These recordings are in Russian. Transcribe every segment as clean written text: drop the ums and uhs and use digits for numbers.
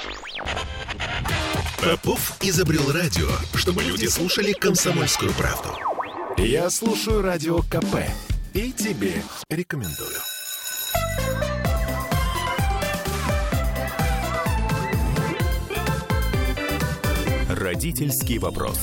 Попов изобрел радио, чтобы люди слушали «Комсомольскую правду». Я слушаю Радио КП и тебе рекомендую. Родительский вопрос.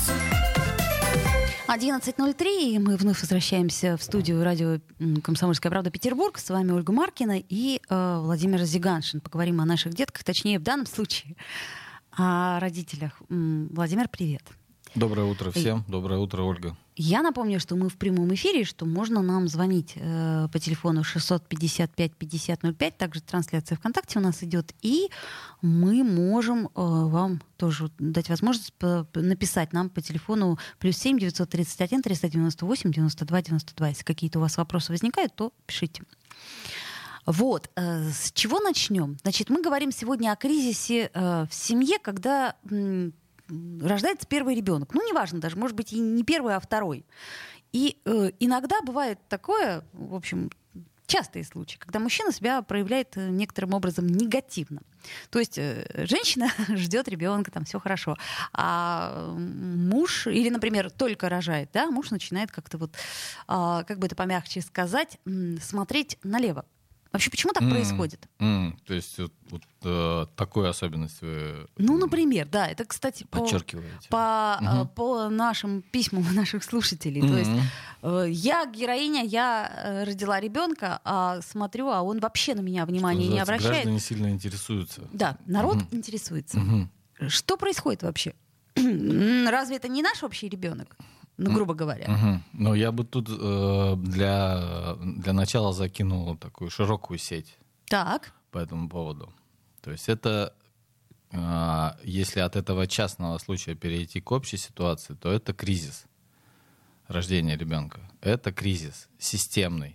11:03, и мы вновь возвращаемся в студию радио «Комсомольская правда» Петербург. С вами Ольга Маркина и Владимир Зиганшин. Поговорим о наших детках, точнее, в данном случае о родителях. Владимир, привет. Доброе утро всем. Доброе утро, Ольга. Я напомню, что мы в прямом эфире, что можно нам звонить по телефону 655-5005. Также трансляция ВКонтакте у нас идет. И мы можем вам тоже дать возможность написать нам по телефону +7 931 398 92 92. Если какие-то у вас вопросы возникают, то пишите. Вот, с чего начнем? Значит, мы говорим сегодня о кризисе в семье, когда рождается первый ребенок. Ну, неважно даже, может быть, и не первый, а второй. И иногда бывает такое, в общем, частые случаи, когда мужчина себя проявляет некоторым образом негативно. То есть женщина ждет ребенка, там все хорошо, а муж, или, например, только рожает, да, муж начинает как-то вот, как бы это помягче сказать, смотреть налево. Вообще, почему так происходит? То есть вот такую особенность вы... Ну, например, да. Это, кстати, подчеркиваете. по нашим письмам наших слушателей. То есть я героиня, я родила ребенка, а смотрю, а он вообще на меня внимания не обращает. Граждане сильно интересуются. Да, народ интересуется. Что происходит вообще? Разве это не наш общий ребенок? Ну, грубо говоря. Но я бы тут для начала закинул такую широкую сеть Так. по этому поводу. То есть это, если от этого частного случая перейти к общей ситуации, то это кризис рождения ребенка. Это кризис системный.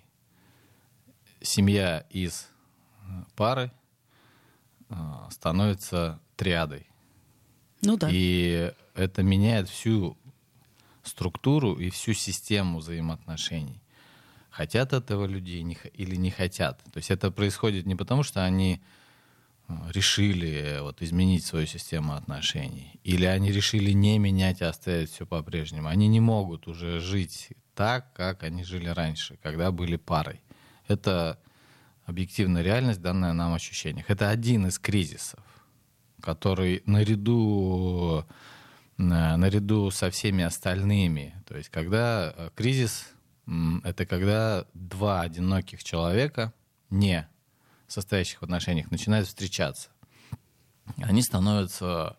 Семья из пары становится триадой. Ну да. И это меняет всю структуру и всю систему взаимоотношений. Хотят этого люди или не хотят. То есть это происходит не потому, что они решили изменить свою систему отношений, или они решили не менять, а оставить все по-прежнему. Они не могут уже жить так, как они жили раньше, когда были парой. Это объективная реальность, данная нам в ощущениях. Это один из кризисов, который наряду со всеми остальными. То есть когда кризис — это когда два одиноких человека, не состоящих в отношениях, начинают встречаться. Они становятся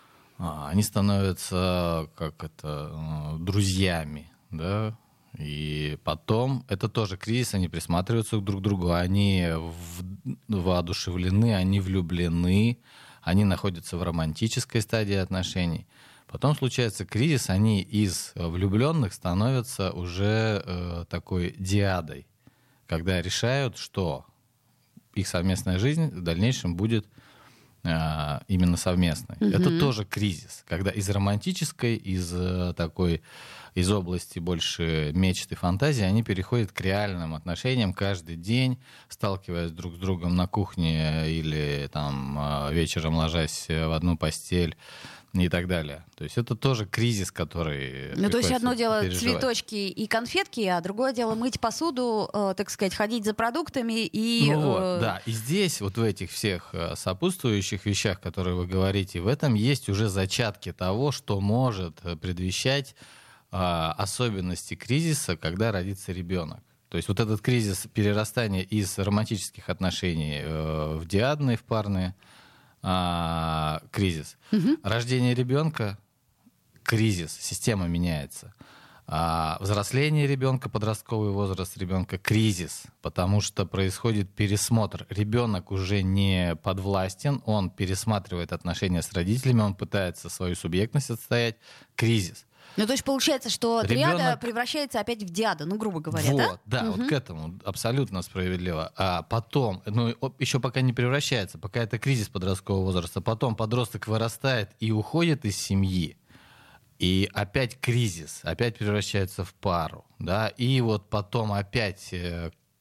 друзьями, да? И потом это тоже кризис, они присматриваются друг к другу, они воодушевлены, они влюблены, они находятся в романтической стадии отношений. Потом случается кризис, они из влюбленных становятся уже такой диадой, когда решают, что их совместная жизнь в дальнейшем будет именно совместной. Это тоже кризис, когда из романтической, из области больше мечт и фантазии они переходят к реальным отношениям каждый день, сталкиваясь друг с другом на кухне или там вечером ложась в одну постель и так далее. То есть это тоже кризис, который... Ну, то есть одно дело цветочки и конфетки, а другое дело мыть посуду, так сказать, ходить за продуктами и... Да. И здесь, в этих всех сопутствующих вещах, которые вы говорите, в этом есть уже зачатки того, что может предвещать особенности кризиса, когда родится ребенок. То есть этот кризис перерастания из романтических отношений в диадные, в парные, кризис. Рождение ребенка — кризис, система меняется. Взросление ребенка, подростковый возраст ребенка — кризис, потому что происходит пересмотр. Ребенок уже не подвластен, он пересматривает отношения с родителями, он пытается свою субъектность отстоять. Кризис. Ну, то есть получается, что триада превращается опять в диаду, грубо говоря, да? Вот к этому абсолютно справедливо. А потом, еще пока не превращается, пока это кризис подросткового возраста, потом подросток вырастает и уходит из семьи, и опять кризис, опять превращается в пару, да, и потом опять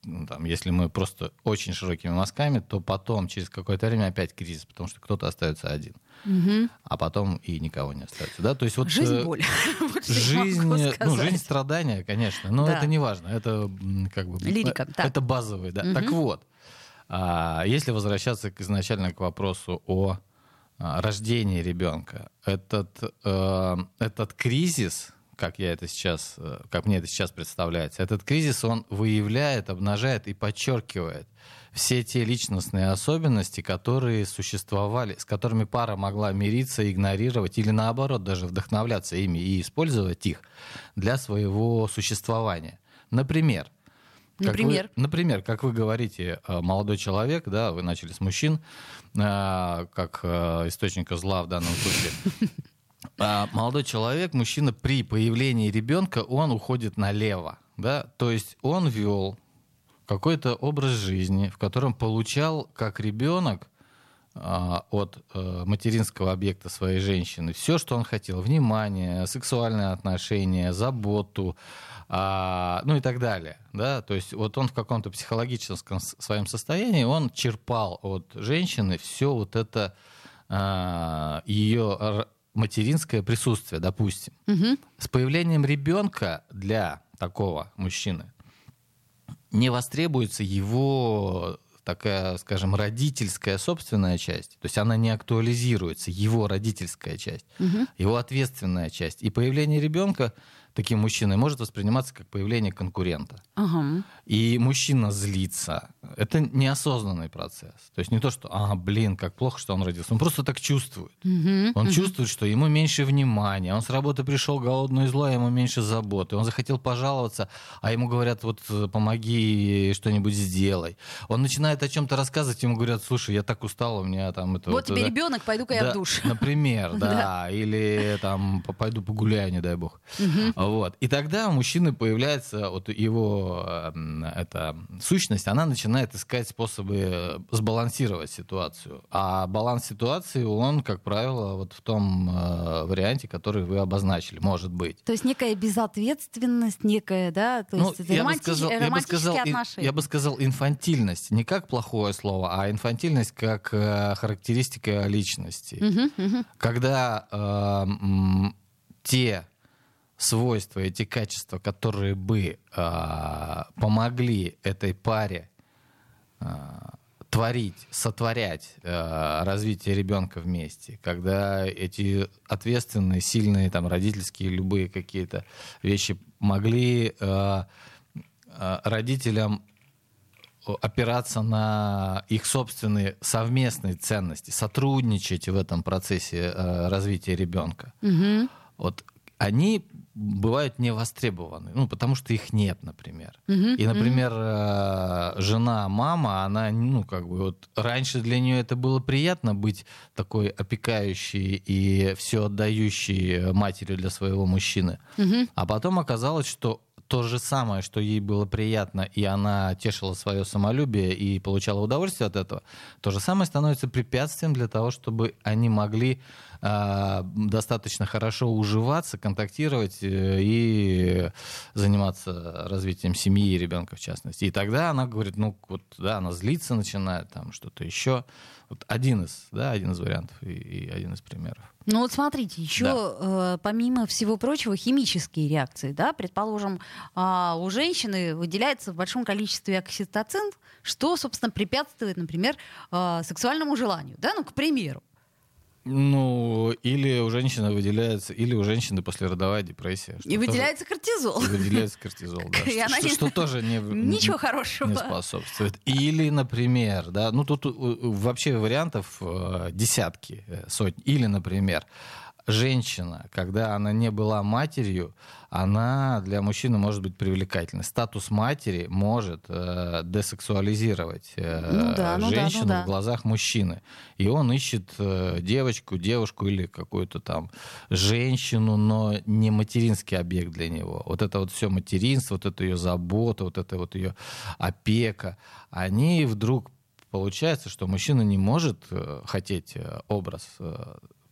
там, если мы просто очень широкими мазками, то потом, через какое-то время, опять кризис, потому что кто-то остается один. А потом и никого не остается. Да? То есть вот, жизнь боль. Жизнь страдания, конечно, но это не важно. Это как бы лирика. Это базовый. Да. Так вот, если возвращаться изначально к вопросу о рождении ребенка, этот кризис, как мне это сейчас представляется, этот кризис, он выявляет, обнажает и подчеркивает все те личностные особенности, которые существовали, с которыми пара могла мириться, игнорировать или наоборот даже вдохновляться ими и использовать их для своего существования. Например, как вы говорите, молодой человек, да, вы начали с мужчин, как источника зла в данном случае. Молодой человек, мужчина, при появлении ребенка, он уходит налево. Да? То есть он вел какой-то образ жизни, в котором получал, как ребенок, от материнского объекта своей женщины все, что он хотел. Внимание, сексуальные отношения, заботу, ну и так далее. Да? То есть вот он в каком-то психологическом своем состоянии, он черпал от женщины все вот это ее материнское присутствие, допустим. С появлением ребенка для такого мужчины не востребуется его такая, скажем, родительская собственная часть. То есть она не актуализируется, его родительская часть, его ответственная часть. И появление ребенка таким мужчиной может восприниматься как появление конкурента. И мужчина злится. Это неосознанный процесс. То есть не то, что, как плохо, что он родился. Он просто так чувствует. Он чувствует, что ему меньше внимания. Он с работы пришел голодный и злой, а ему меньше заботы. Он захотел пожаловаться, а ему говорят, вот помоги, что-нибудь сделай. Он начинает о чем-то рассказывать, ему говорят, слушай, я так устал, у меня там... Вот тебе ребенок, пойду-ка я в душ. Например, да. Или там пойду погуляю, не дай бог. Вот. И тогда у мужчины появляется вот его эта сущность, она начинает искать способы сбалансировать ситуацию. А баланс ситуации, он, как правило, вот в том варианте, который вы обозначили, может быть. То есть некая безответственность, некая, да, то есть это романтические отношения. Я бы сказал инфантильность, не как плохое слово, а инфантильность как характеристика личности. Когда те свойства, эти качества, которые бы помогли этой паре сотворять развитие ребенка вместе, когда эти ответственные, сильные, там, родительские, любые какие-то вещи могли родителям опираться на их собственные совместные ценности, сотрудничать в этом процессе развития ребенка. Вот они бывают не востребованы, потому что их нет, например. И, например, жена, мама, она, раньше для нее это было приятно быть такой опекающей и все отдающей матерью для своего мужчины. А потом оказалось, что то же самое, что ей было приятно, и она тешила свое самолюбие и получала удовольствие от этого, то же самое становится препятствием для того, чтобы они могли достаточно хорошо уживаться, контактировать и заниматься развитием семьи и ребенка, в частности. И тогда она говорит, она злиться начинает, там что-то еще. Вот один из вариантов и один из примеров. Ну вот смотрите, еще помимо всего прочего химические реакции, да, предположим, у женщины выделяется в большом количестве окситоцин, что, собственно, препятствует, например, сексуальному желанию, да, к примеру. Или у женщины выделяется, или у женщины послеродовая депрессия. И выделяется кортизол. И выделяется кортизол, да. Что тоже ничего хорошего не способствует. Или, например, тут вообще вариантов десятки, сотни. Или, например, женщина, когда она не была матерью, она для мужчины может быть привлекательной. Статус матери может десексуализировать женщину в глазах мужчины. И он ищет девочку или какую-то там женщину, но не материнский объект для него. Вот это вот все материнство, вот это ее забота, вот это вот ее опека, они вдруг получается, что мужчина не может хотеть образ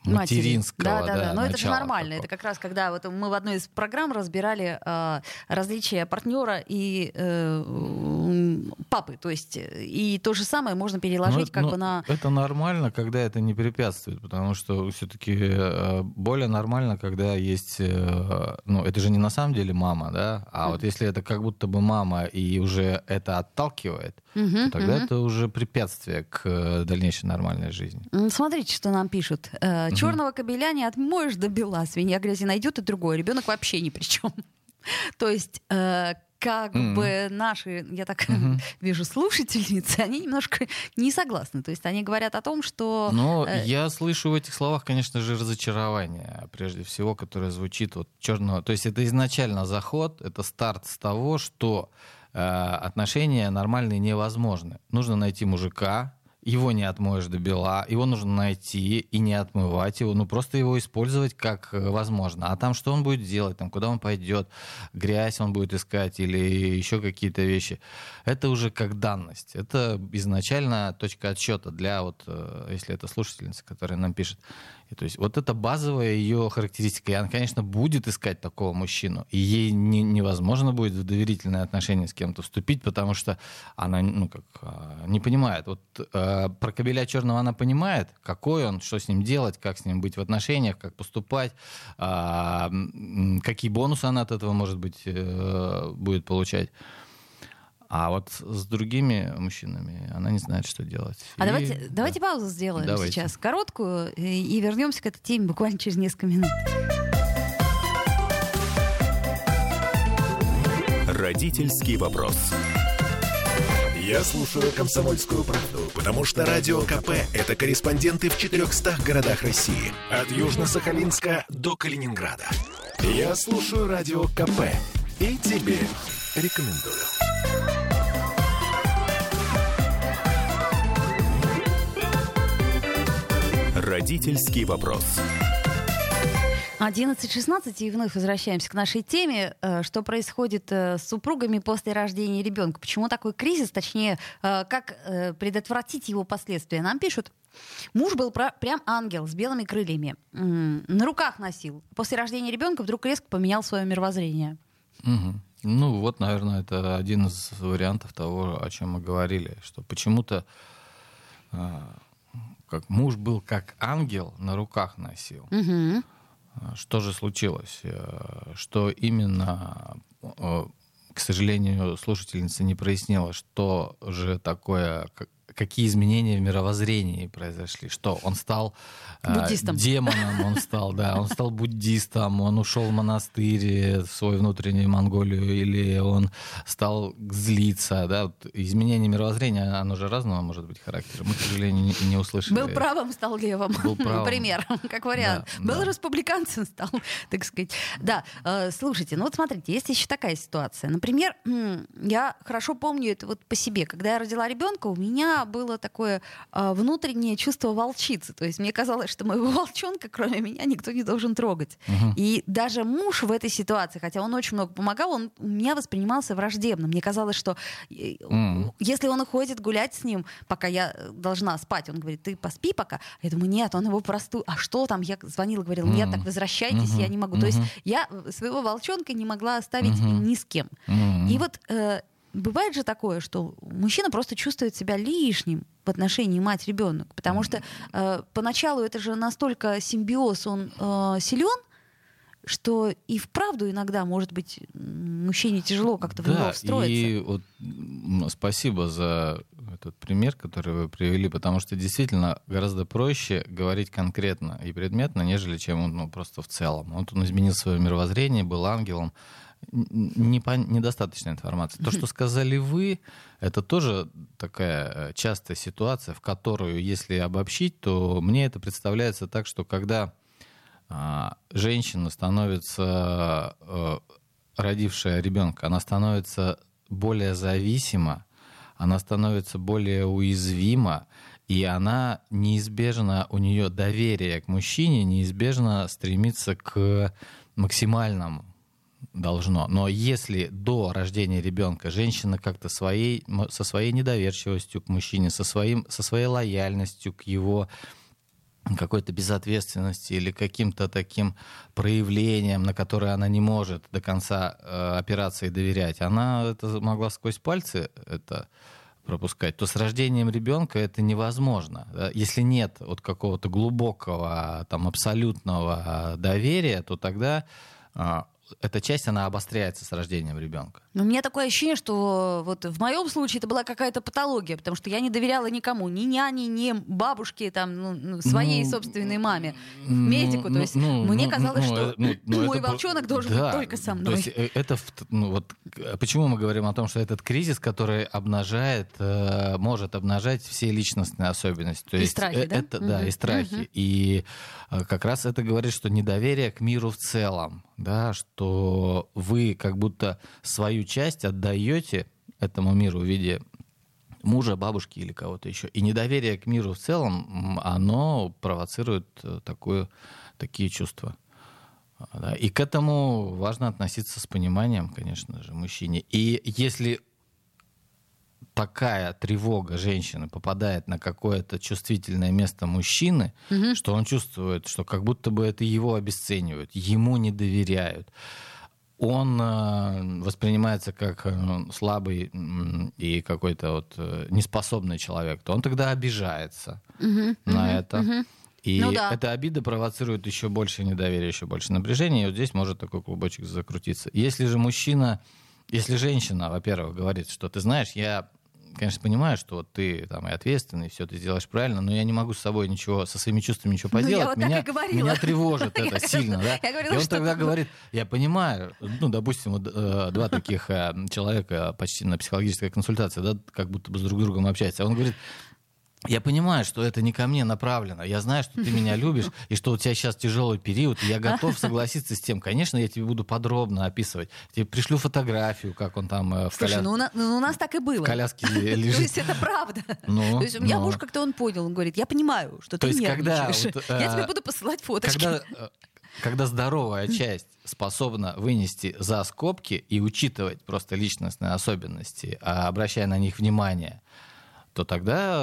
материнского. Да. Но это же нормально. Такого. Это как раз когда вот мы в одной из программ разбирали различия партнера и папы. То есть и то же самое можно переложить на... Это нормально, когда это не препятствует, потому что все-таки более нормально, когда есть... это же не на самом деле мама, да? А вот если это как будто бы мама и уже это отталкивает, то тогда это уже препятствие к дальнейшей нормальной жизни. Смотрите, что нам пишут. Черного кобеля не отмоешь до бела, свинья грязи найдет и другой. Ребенок вообще ни при чем. То есть... как бы наши, я так вижу, слушательницы, они немножко не согласны. То есть они говорят о том, что... Но я слышу в этих словах, конечно же, разочарование, прежде всего, которое звучит от черного. То есть это изначально заход, это старт с того, что отношения нормальные невозможны. Нужно найти мужика, его не отмоешь до бела, его нужно найти и не отмывать его, просто его использовать как возможно. А там что он будет делать, там, куда он пойдет, грязь он будет искать или еще какие-то вещи. Это уже как данность. Это изначально точка отсчета для, если это слушательница, которая нам пишет. И, то есть вот это базовая ее характеристика. И она, конечно, будет искать такого мужчину. И ей невозможно будет в доверительные отношения с кем-то вступить, потому что она не понимает. Про кобеля черного она понимает, какой он, что с ним делать, как с ним быть в отношениях, как поступать, какие бонусы она от этого, может быть, будет получать. А вот с другими мужчинами она не знает, что делать. Давайте паузу сделаем сейчас, короткую, и вернемся к этой теме буквально через несколько минут. Родительский вопрос. Я слушаю «Комсомольскую правду», потому что Радио КП — это корреспонденты в 400 городах России. От Южно-Сахалинска до Калининграда. Я слушаю Радио КП и тебе рекомендую. Родительский вопрос. 11:16, и вновь возвращаемся к нашей теме. Что происходит с супругами после рождения ребенка? Почему такой кризис? Точнее, как предотвратить его последствия? Нам пишут. Муж был прям ангел с белыми крыльями. На руках носил. После рождения ребенка вдруг резко поменял свое мировоззрение. Наверное, это один из вариантов того, о чем мы говорили. Что почему-то как муж был как ангел, на руках носил. Что же случилось? Что именно, к сожалению, слушательница не прояснила, что же такое, какие изменения в мировоззрении произошли? Что он стал демоном, он стал буддистом, он ушел в монастырь, в свою внутреннюю Монголию, или он стал злиться, да? Изменение мировоззрения, оно же разного может быть характера. Мы, к сожалению, не услышали. Был правым, стал левым, например, как вариант. Был республиканцем, стал, так сказать. Да, слушайте, смотрите, есть еще такая ситуация. Например, я хорошо помню это по себе. Когда я родила ребенка, у меня было такое внутреннее чувство волчицы. То есть мне казалось, что моего волчонка, кроме меня, никто не должен трогать. И даже муж в этой ситуации, хотя он очень много помогал, он у меня воспринимался враждебно. Мне казалось, что если он уходит гулять с ним, пока я должна спать, он говорит, ты поспи пока. Я думаю, нет, он его простую. А что там? Я звонила, говорила, нет, так возвращайтесь, я не могу. То есть я своего волчонка не могла оставить ни с кем. И бывает же такое, что мужчина просто чувствует себя лишним в отношении мать-ребенок, потому что поначалу это же настолько симбиоз, он силен, что и вправду иногда, может быть, мужчине тяжело как-то в него встроиться. И спасибо за этот пример, который вы привели, потому что действительно гораздо проще говорить конкретно и предметно, нежели чем он просто в целом. Он изменил свое мировоззрение, был ангелом. Недостаточно информации. То, что сказали вы, это тоже такая частая ситуация, в которую, если обобщить, то мне это представляется так, что когда женщина становится, родившая ребенка, она становится более зависима, она становится более уязвима, и она неизбежно, у нее доверие к мужчине неизбежно стремится к максимальному. Должно. Но если до рождения ребенка женщина как-то со своей недоверчивостью к мужчине, со своей лояльностью к его какой-то безответственности или каким-то таким проявлением, на которое она не может до конца операции доверять, она это могла сквозь пальцы это пропускать, то с рождением ребенка это невозможно. Да? Если нет вот какого-то глубокого, там, абсолютного доверия, то тогда эта часть, она обостряется с рождением ребенка. Но у меня такое ощущение, что вот в моем случае это была какая-то патология, потому что я не доверяла никому, ни няне, ни бабушке, там, своей собственной маме, медику. То есть мне казалось, что мой волчонок должен быть только со мной. То есть это, вот, почему мы говорим о том, что этот кризис, который обнажает, может обнажать все личностные особенности. То есть и страхи, да? Да, и страхи. И как раз это говорит, что недоверие к миру в целом, да, что вы как будто свою часть отдаете этому миру в виде мужа, бабушки или кого-то еще. И недоверие к миру в целом, оно провоцирует такие чувства. Да. И к этому важно относиться с пониманием, конечно же, мужчине. И если такая тревога женщины попадает на какое-то чувствительное место мужчины, что он чувствует, что как будто бы это его обесценивают, ему не доверяют, он воспринимается как слабый и какой-то вот неспособный человек, то он тогда обижается на это. И эта обида провоцирует еще больше недоверия, еще больше напряжения, и вот здесь может такой клубочек закрутиться. Если женщина, во-первых, говорит, что ты знаешь, я, конечно, понимаю, что вот ты там и ответственный, все ты делаешь правильно, но я не могу с собой ничего, со своими чувствами ничего поделать. Меня тревожит это сильно. Да? И он тогда говорит, я понимаю, допустим, вот, два таких человека почти на психологической консультации, да, как будто бы с друг другом общаются. Он говорит, я понимаю, что это не ко мне направлено. Я знаю, что ты меня любишь, и что у тебя сейчас тяжелый период, и я готов согласиться с тем. Конечно, я тебе буду подробно описывать. Тебе пришлю фотографию, как он там в коляске. Слушай, у нас так и было. В коляске лежит. То есть это правда. То есть у меня муж как-то он понял, он говорит, я понимаю, что ты нервничаешь. Я тебе буду посылать фоточки. Когда здоровая часть способна вынести за скобки и учитывать просто личностные особенности, обращая на них внимание, то тогда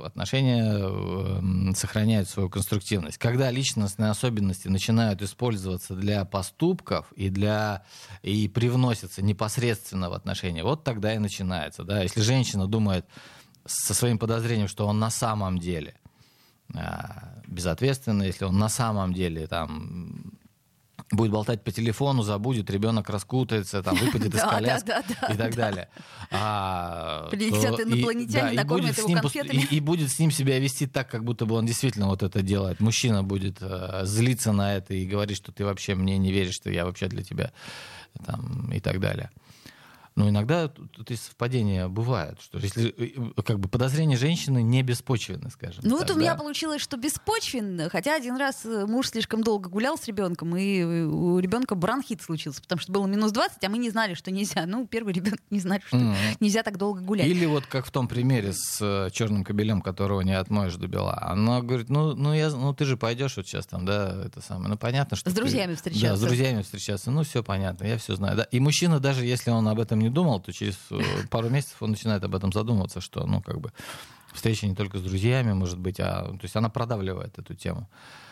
отношения сохраняют свою конструктивность. Когда личностные особенности начинают использоваться для поступков и привносятся непосредственно в отношения, вот тогда и начинается. Да? Если женщина думает со своим подозрением, что он на самом деле безответственный, если он на самом деле там будет болтать по телефону, забудет, ребенок раскутается, там, выпадет из коляски и так далее. Прилетят инопланетяне, накормят его конфетами. И будет с ним себя вести так, как будто бы он действительно вот это делает. Мужчина будет злиться на это и говорить, что ты вообще мне не веришь, что я вообще для тебя там, и так далее. Но иногда тут и совпадения бывают, что если как бы подозрения женщины не беспочвенны, скажем. Ну вот у меня получилось, что беспочвенно, хотя один раз муж слишком долго гулял с ребенком, и у ребенка бронхит случился, потому что было -20, а мы не знали, что нельзя. Ну, первый ребенок не знали, что нельзя так долго гулять. Или вот как в том примере с черным кобелем, которого не отмоешь до бела. Она говорит, ты же пойдешь вот сейчас там, да, это самое. Ну, понятно, что с друзьями встречаться. Да, с друзьями встречаться. Ну, все понятно, я все знаю. Да. И мужчина, даже если он об этом не думал, то через пару месяцев он начинает об этом задумываться, что, встреча не только с друзьями, может быть, то есть она продавливает эту тему.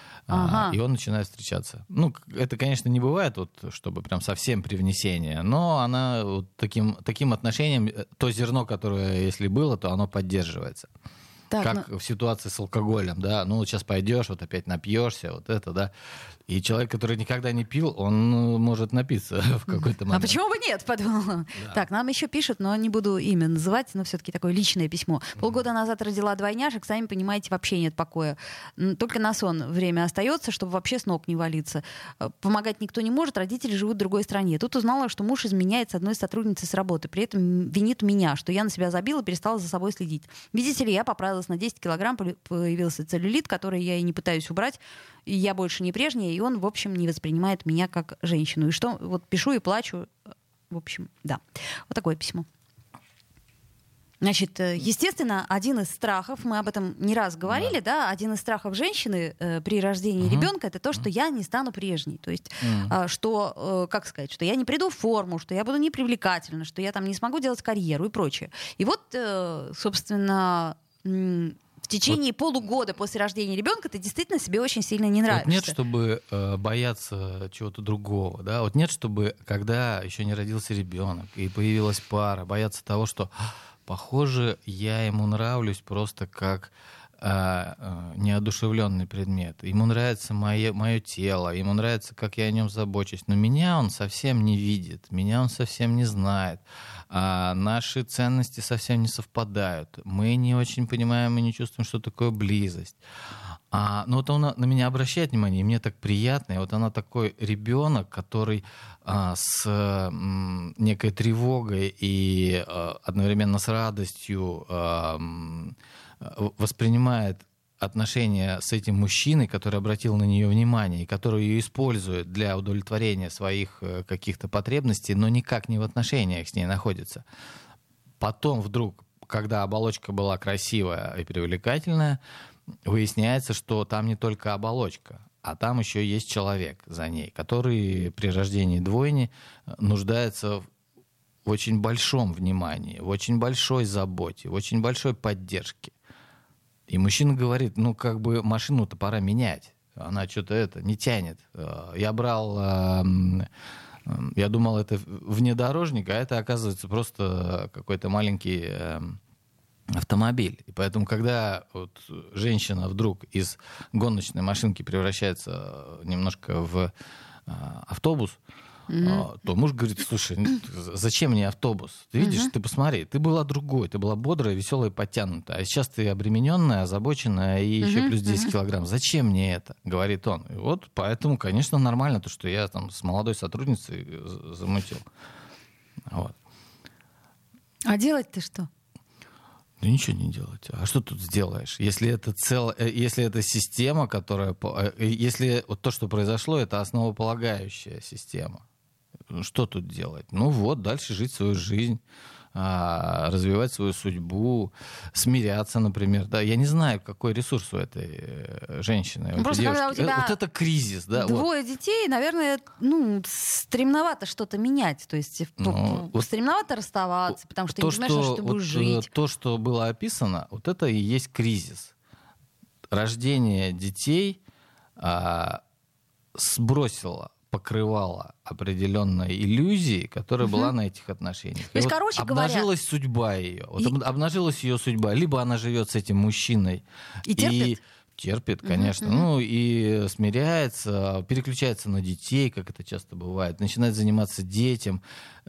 И он начинает встречаться. Это, конечно, не бывает, чтобы прям совсем привнесение, но она таким отношением, то зерно, которое, если было, то оно поддерживается. Так, в ситуации с алкоголем, да, сейчас пойдешь, вот опять напьешься, вот это, да. И человек, который никогда не пил, он может напиться в какой-то момент. А почему бы нет, подумала. Да. Так, нам еще пишут, но не буду имя называть, но все-таки такое личное письмо. Полгода назад родила двойняшек, сами понимаете, вообще нет покоя. Только на сон время остается, чтобы вообще с ног не валиться. Помогать никто не может, родители живут в другой стране. Тут узнала, что муж изменяет с одной сотрудницей с работы, при этом винит меня, что я на себя забила, перестала за собой следить. Видите ли, я поправилась на 10 килограмм, появился целлюлит, который я и не пытаюсь убрать, и я больше не прежняя, и он, в общем, не воспринимает меня как женщину. И что, вот пишу и плачу, в общем, да. Вот такое письмо. Значит, естественно, один из страхов, мы об этом не раз говорили, да, один из страхов женщины при рождении ребенка — это то, что я не стану прежней. То есть, что, как сказать, что я не приду в форму, что я буду непривлекательна, что я там не смогу делать карьеру и прочее. И вот, собственно, в течение полугода после рождения ребенка ты действительно себе очень сильно не нравишься. Вот нет, чтобы бояться чего-то другого, да, вот нет, чтобы, когда еще не родился ребенок и появилась пара, бояться того, что, похоже, я ему нравлюсь просто как неодушевленный предмет. Ему нравится мое тело, ему нравится, как я о нем забочусь, но меня он совсем не видит, меня он совсем не знает, наши ценности совсем не совпадают, мы не очень понимаем и не чувствуем, что такое близость. Но вот он на меня обращает внимание, и мне так приятно, и вот она такой ребенок, который с некой тревогой и одновременно с радостью воспринимает отношения с этим мужчиной, который обратил на нее внимание и который ее использует для удовлетворения своих каких-то потребностей, но никак не в отношениях с ней находится. Потом вдруг, когда оболочка была красивая и привлекательная, выясняется, что там не только оболочка, а там еще есть человек за ней, который при рождении двойни нуждается в очень большом внимании, в очень большой заботе, в очень большой поддержке. И мужчина говорит, машину-то пора менять. Она что-то не тянет. Я думал, это внедорожник, а это, оказывается, просто какой-то маленький автомобиль. И поэтому, когда вот женщина вдруг из гоночной машинки превращается немножко в автобус, то муж говорит, слушай, зачем мне автобус? Ты видишь, ты посмотри, ты была другой, ты была бодрая, веселая, подтянутая, а сейчас ты обремененная, озабоченная и еще плюс 10 килограмм. Зачем мне это? Говорит он. И вот поэтому, конечно, нормально то, что я там с молодой сотрудницей замутил. Вот. А делать-то что? Да ничего не делать. А что тут сделаешь? Если это система, если вот то, что произошло, это основополагающая система, что тут делать? Дальше жить свою жизнь, развивать свою судьбу, смиряться, например. Да, я не знаю, какой ресурс у этой женщины. Просто когда у тебя вот это кризис, да. Двое детей, наверное, стремновато что-то менять. То есть стремновато расставаться, потому что не понимаешь, что ты будешь жить. То, что было описано, вот это и есть кризис. Рождение детей сбросило, покрывала определенной иллюзии, которая была на этих отношениях. То есть, короче говоря, обнажилась судьба ее. Обнажилась ее судьба. Либо она живет с этим мужчиной и терпит. Терпит, конечно. И смиряется, переключается на детей, как это часто бывает. Начинает заниматься детьми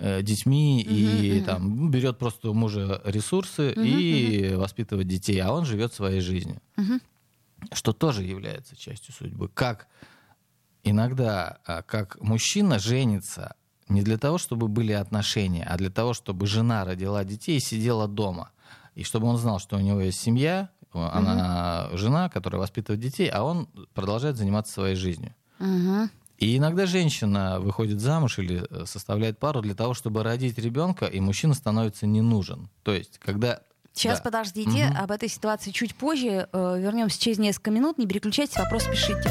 и там, берет просто у мужа ресурсы и воспитывает детей. А он живет своей жизнью. Что тоже является частью судьбы. Иногда, как мужчина женится не для того, чтобы были отношения, а для того, чтобы жена родила детей и сидела дома. И чтобы он знал, что у него есть семья, она жена, которая воспитывает детей, а он продолжает заниматься своей жизнью. И иногда женщина выходит замуж или составляет пару для того, чтобы родить ребенка, и мужчина становится не нужен. То есть, когда... Сейчас, подождите, об этой ситуации чуть позже. Вернемся через несколько минут. Не переключайтесь, вопрос пишите.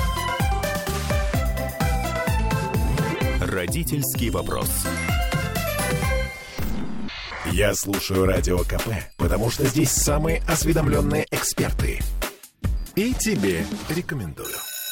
Родительский вопрос. Я слушаю Радио КП, потому что здесь самые осведомленные эксперты. И тебе рекомендую.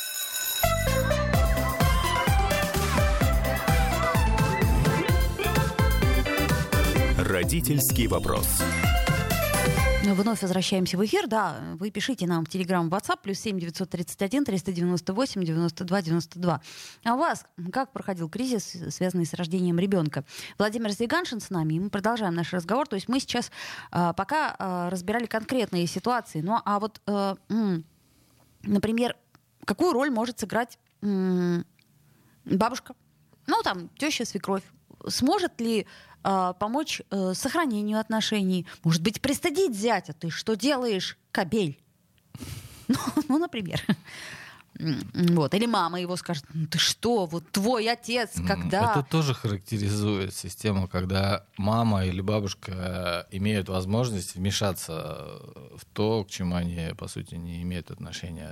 Родительский вопрос. Вновь возвращаемся в эфир. Да, вы пишите нам в Telegram, WhatsApp, +7 931 398 92 92. А у вас как проходил кризис, связанный с рождением ребенка? Владимир Зиганшин с нами, и мы продолжаем наш разговор. То есть мы сейчас пока разбирали конкретные ситуации. Ну а вот, например, какую роль может сыграть бабушка? Теща, свекровь. Сможет ли помочь сохранению отношений? Может быть, пристыдить зятя? Ты что делаешь, кобель? Например. Или мама его скажет, ты что, вот твой отец, когда... Это тоже характеризует систему, когда мама или бабушка имеют возможность вмешаться в то, к чему они, по сути, не имеют отношения.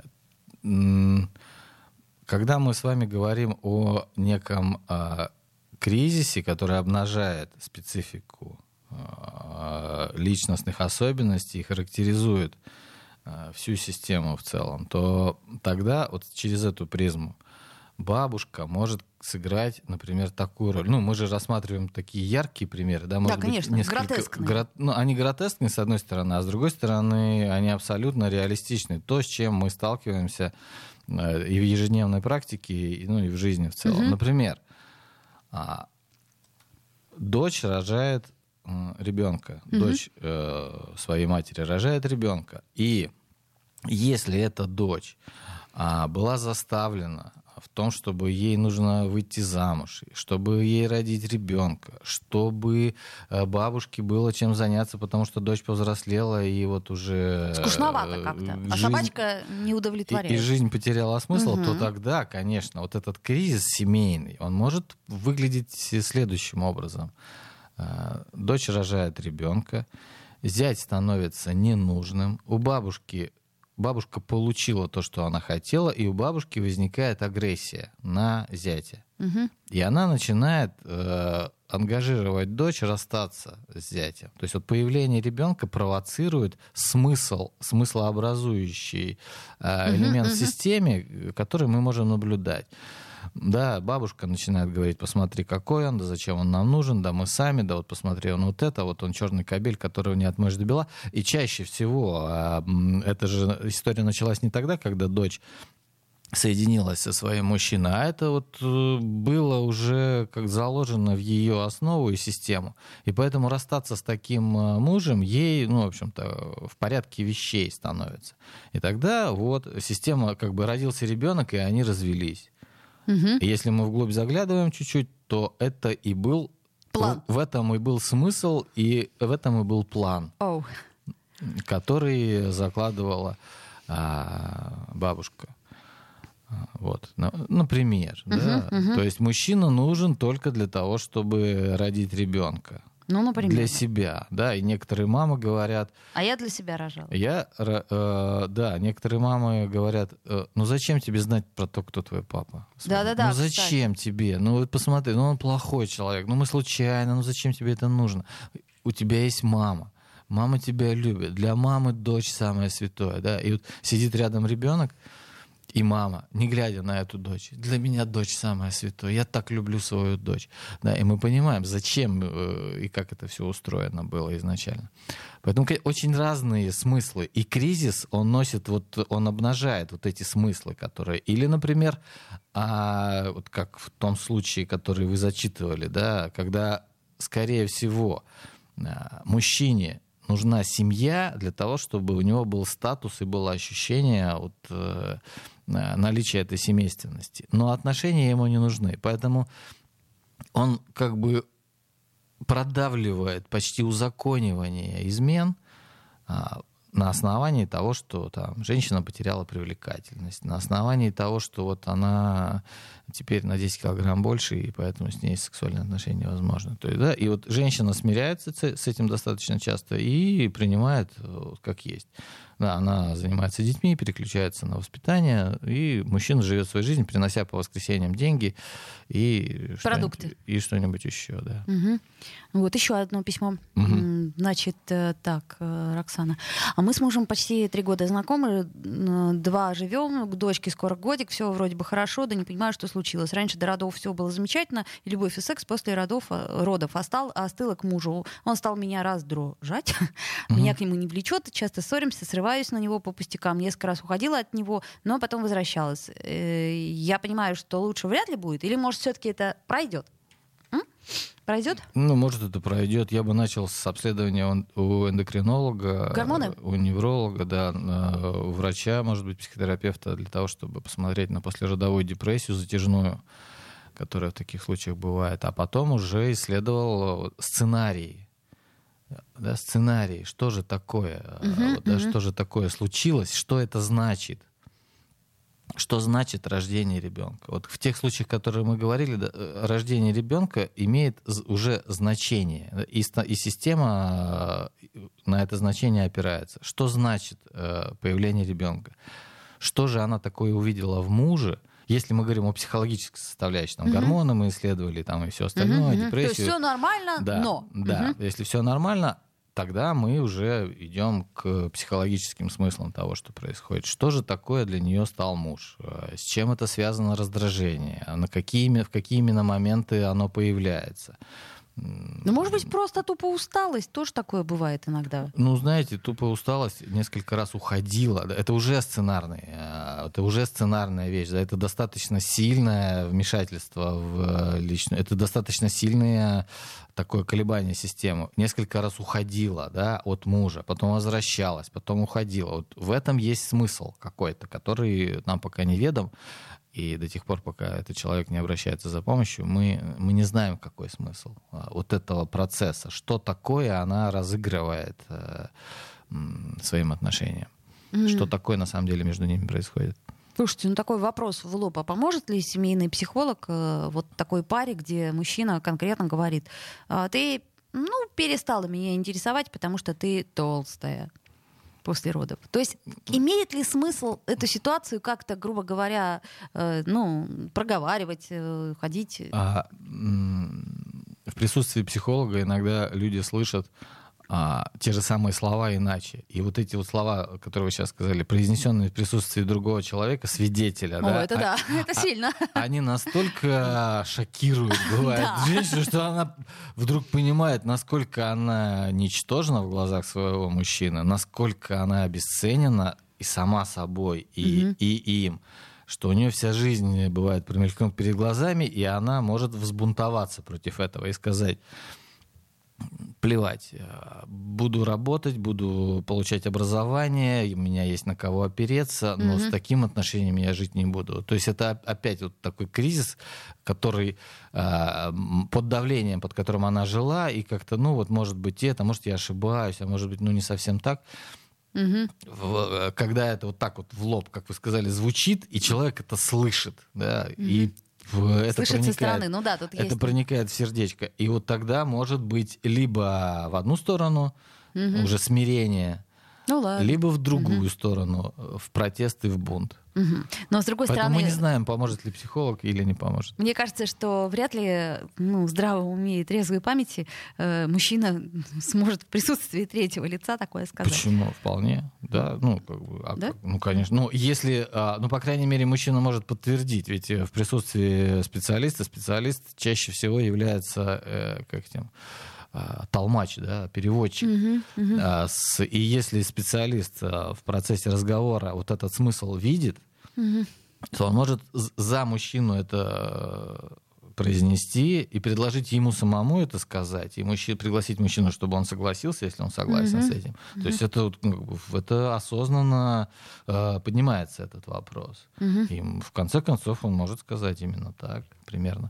Когда мы с вами говорим о неком кризисе, который обнажает специфику личностных особенностей и характеризует всю систему в целом, то тогда вот через эту призму бабушка может сыграть, например, такую роль. Ну, мы же рассматриваем такие яркие примеры, да, может да, конечно, быть, несколько гротескные. они гротескные, с одной стороны, а с другой стороны, они абсолютно реалистичны. То, с чем мы сталкиваемся и в ежедневной практике, и в жизни в целом. Например, дочь рожает ребенка, дочь своей матери рожает ребенка. И если эта дочь была заставлена в том, чтобы ей нужно выйти замуж, чтобы ей родить ребенка, чтобы бабушке было чем заняться, потому что дочь повзрослела и вот уже... Скучновато как-то, а собачка не удовлетворяет. И жизнь потеряла смысл, то тогда, конечно, вот этот кризис семейный, он может выглядеть следующим образом. Дочь рожает ребенка, зять становится ненужным, у бабушка получила то, что она хотела, и у бабушки возникает агрессия на зятя. И она начинает ангажировать дочь расстаться с зятем. То есть вот появление ребенка провоцирует смыслообразующий элемент в системе, который мы можем наблюдать. Да, бабушка начинает говорить: посмотри, какой он, да зачем он нам нужен, да мы сами, да вот посмотри, он вот это, вот он черный кобель, которого не отмоешь до бела. И чаще всего эта же история началась не тогда, когда дочь соединилась со своим мужчиной, а это вот было уже как заложено в ее основу и систему. И поэтому расстаться с таким мужем ей, в общем-то, в порядке вещей становится. И тогда вот система, как бы родился ребенок, и они развелись. И если мы вглубь заглядываем чуть-чуть, то это и был план. В этом и был смысл, и в этом и был план, который закладывала бабушка. Вот, например. То есть мужчина нужен только для того, чтобы родить ребенка. Ну, например. Для себя, да, и некоторые мамы говорят... А я для себя рожала. Да, некоторые мамы говорят: ну зачем тебе знать про то, кто твой папа? Да-да-да. Ну зачем тебе? Ну вот посмотри, он плохой человек, мы случайно, зачем тебе это нужно? У тебя есть мама. Мама тебя любит. Для мамы дочь самое святое, да. И вот сидит рядом ребенок, и мама, не глядя на эту дочь: для меня дочь самое святое, я так люблю свою дочь. Да, и мы понимаем, зачем и как это все устроено было изначально. Поэтому очень разные смыслы. И кризис, он обнажает вот эти смыслы, которые... Или, например, вот как в том случае, который вы зачитывали, да, когда, скорее всего, мужчине нужна семья для того, чтобы у него был статус и было ощущение наличия этой семейственности. Но отношения ему не нужны. Поэтому он как бы продавливает почти узаконивание измен на основании того, что там женщина потеряла привлекательность, на основании того, что вот она теперь на 10 килограмм больше, и поэтому с ней сексуальные отношения невозможны. То есть, да, и вот женщина смиряется с этим достаточно часто и принимает как есть. Да, она занимается детьми, переключается на воспитание, и мужчина живет свою жизнь, принося по воскресеньям деньги и продукты. И что-нибудь еще, да. Вот еще одно письмо. Значит, так, Роксана. А мы с мужем почти 3 года знакомы, 2 живем, к дочке скоро годик, все вроде бы хорошо, да не понимаю, что случилось. Раньше до родов все было замечательно, и любовь и секс после родов остыла к мужу. Он стал меня раздражать, меня к нему не влечет, часто ссоримся, срываюсь на него по пустякам, несколько раз уходила от него, но потом возвращалась. Я понимаю, что лучше вряд ли будет, или, может, все-таки это пройдет? Пройдет? Может, это пройдет. Я бы начал с обследования у эндокринолога, гормоны? У невролога, да, у врача, может быть, психотерапевта, для того, чтобы посмотреть на послеродовую депрессию затяжную, которая в таких случаях бывает. А потом уже исследовал сценарии. Да, сценарии, что же такое, что же такое случилось, что это значит. Что значит рождение ребенка? Вот в тех случаях, которые мы говорили, рождение ребенка имеет уже значение, и система на это значение опирается. Что значит появление ребенка? Что же она такое увидела в муже? Если мы говорим о психологической составляющей, там, гормоны мы исследовали, там, и все остальное, депрессию. То есть все нормально, да, но... Да, если все нормально, тогда мы уже идем к психологическим смыслам того, что происходит. Что же такое для нее стал муж? С чем это связано раздражение? В какие именно моменты оно появляется? Ну, может быть, просто тупо усталость. Тоже такое бывает иногда. Ну, знаете, тупо усталость несколько раз уходила. Это уже сценарная вещь. Да? Это достаточно сильное вмешательство в личную. Это достаточно сильное такое колебание системы. Несколько раз уходила, да, от мужа, потом возвращалась, потом уходила. Вот в этом есть смысл какой-то, который нам пока неведом. И до тех пор, пока этот человек не обращается за помощью, мы не знаем, какой смысл вот этого процесса. Что такое она разыгрывает своим отношениям. Что такое на самом деле между ними происходит. Слушайте, ну такой вопрос в лоб. А поможет ли семейный психолог вот такой паре, где мужчина конкретно говорит: ты, перестала меня интересовать, потому что ты толстая после родов? То есть имеет ли смысл эту ситуацию как-то, грубо говоря, проговаривать, ходить? В присутствии психолога иногда люди слышат те же самые слова иначе. И вот эти вот слова, которые вы сейчас сказали, произнесенные в присутствии другого человека, свидетеля, это сильно. Они настолько шокируют, бывает, женщину, что она вдруг понимает, насколько она ничтожна в глазах своего мужчины, насколько она обесценена и сама собой, и им, что у нее вся жизнь бывает промелькнет перед глазами, и она может взбунтоваться против этого и сказать: плевать, буду работать, буду получать образование, у меня есть на кого опереться, но с таким отношением я жить не буду. То есть это опять вот такой кризис, который под давлением, под которым она жила, и как-то, может быть это, может я ошибаюсь, а может быть, не совсем так. Когда это вот так вот в лоб, как вы сказали, звучит, и человек это слышит, да, и слышит со стороны, это проникает в сердечко. И вот тогда может быть либо в одну сторону уже смирение, либо в другую сторону, в протест и в бунт. Но с другой Поэтому стороны, мы не знаем, поможет ли психолог или не поможет. Мне кажется, что вряд ли в здравом уме и трезвой памяти мужчина сможет в присутствии третьего лица такое сказать. Почему? Вполне. Да, Да? Конечно. Если, по крайней мере, мужчина может подтвердить, ведь в присутствии специалист чаще всего является толмач, да, переводчик. И если специалист в процессе разговора вот этот смысл видит, то он может за мужчину это произнести и предложить ему самому это сказать, и пригласить мужчину, чтобы он согласился, если он согласен с этим. То есть это осознанно поднимается этот вопрос. И в конце концов он может сказать именно так, примерно.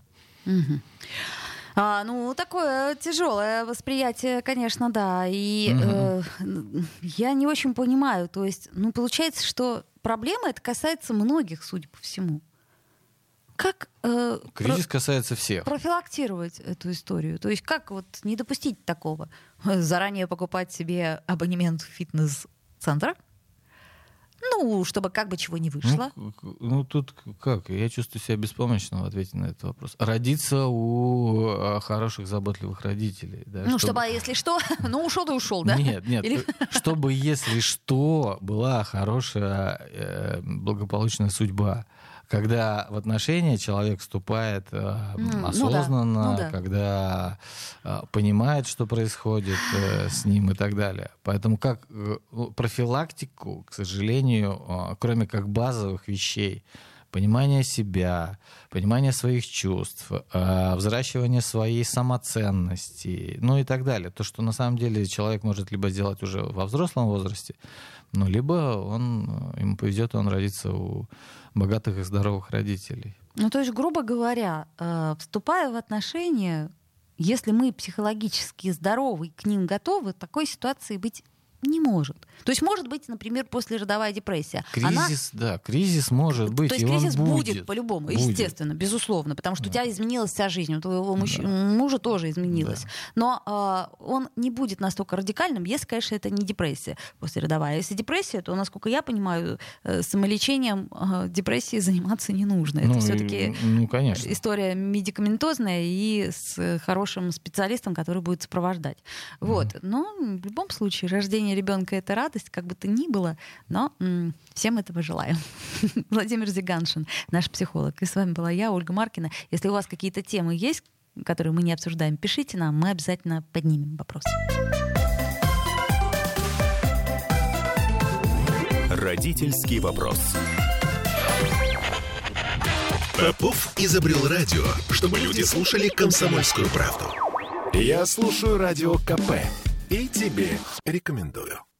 Такое тяжелое восприятие, конечно, да. И я не очень понимаю. То есть, получается, что проблема эта касается многих, судя по всему. Как кризис касается всех. Профилактировать эту историю? То есть как не допустить такого? Заранее покупать себе абонемент в фитнес-центр? Чтобы как бы чего не вышло. Тут как? Я чувствую себя беспомощным в ответе на этот вопрос. Родиться у хороших, заботливых родителей. Да, чтобы, если что, ушел, то ушел, да? Нет. Чтобы, если что, была хорошая, благополучная судьба. Когда в отношения человек вступает осознанно, когда понимает, что происходит с ним и так далее. Поэтому как профилактику, к сожалению, кроме как базовых вещей, понимание себя, понимание своих чувств, взращивание своей самоценности, и так далее. То, что на самом деле человек может либо сделать уже во взрослом возрасте, либо ему повезет, он родится у богатых и здоровых родителей. То есть, грубо говоря, вступая в отношения, если мы психологически здоровы и к ним готовы, такой ситуации быть Не может. То есть может быть, например, послеродовая депрессия. Кризис может быть. То есть кризис будет по-любому, естественно, безусловно, потому что у тебя изменилась вся жизнь, у твоего мужа тоже изменилась. Да. Но он не будет настолько радикальным, если, конечно, это не депрессия послеродовая. Если депрессия, то, насколько я понимаю, самолечением депрессии заниматься не нужно. Это все-таки история медикаментозная и с хорошим специалистом, который будет сопровождать. Вот. Но в любом случае рождение ребенка — это радость, как бы то ни было, но всем этого желаю. Владимир Зиганшин, наш психолог. И с вами была я, Ольга Маркина. Если у вас какие-то темы есть, которые мы не обсуждаем, пишите нам, мы обязательно поднимем вопрос. Родительский вопрос. Попов изобрел радио, чтобы люди слушали «Комсомольскую правду». Я слушаю радио КП и тебе рекомендую.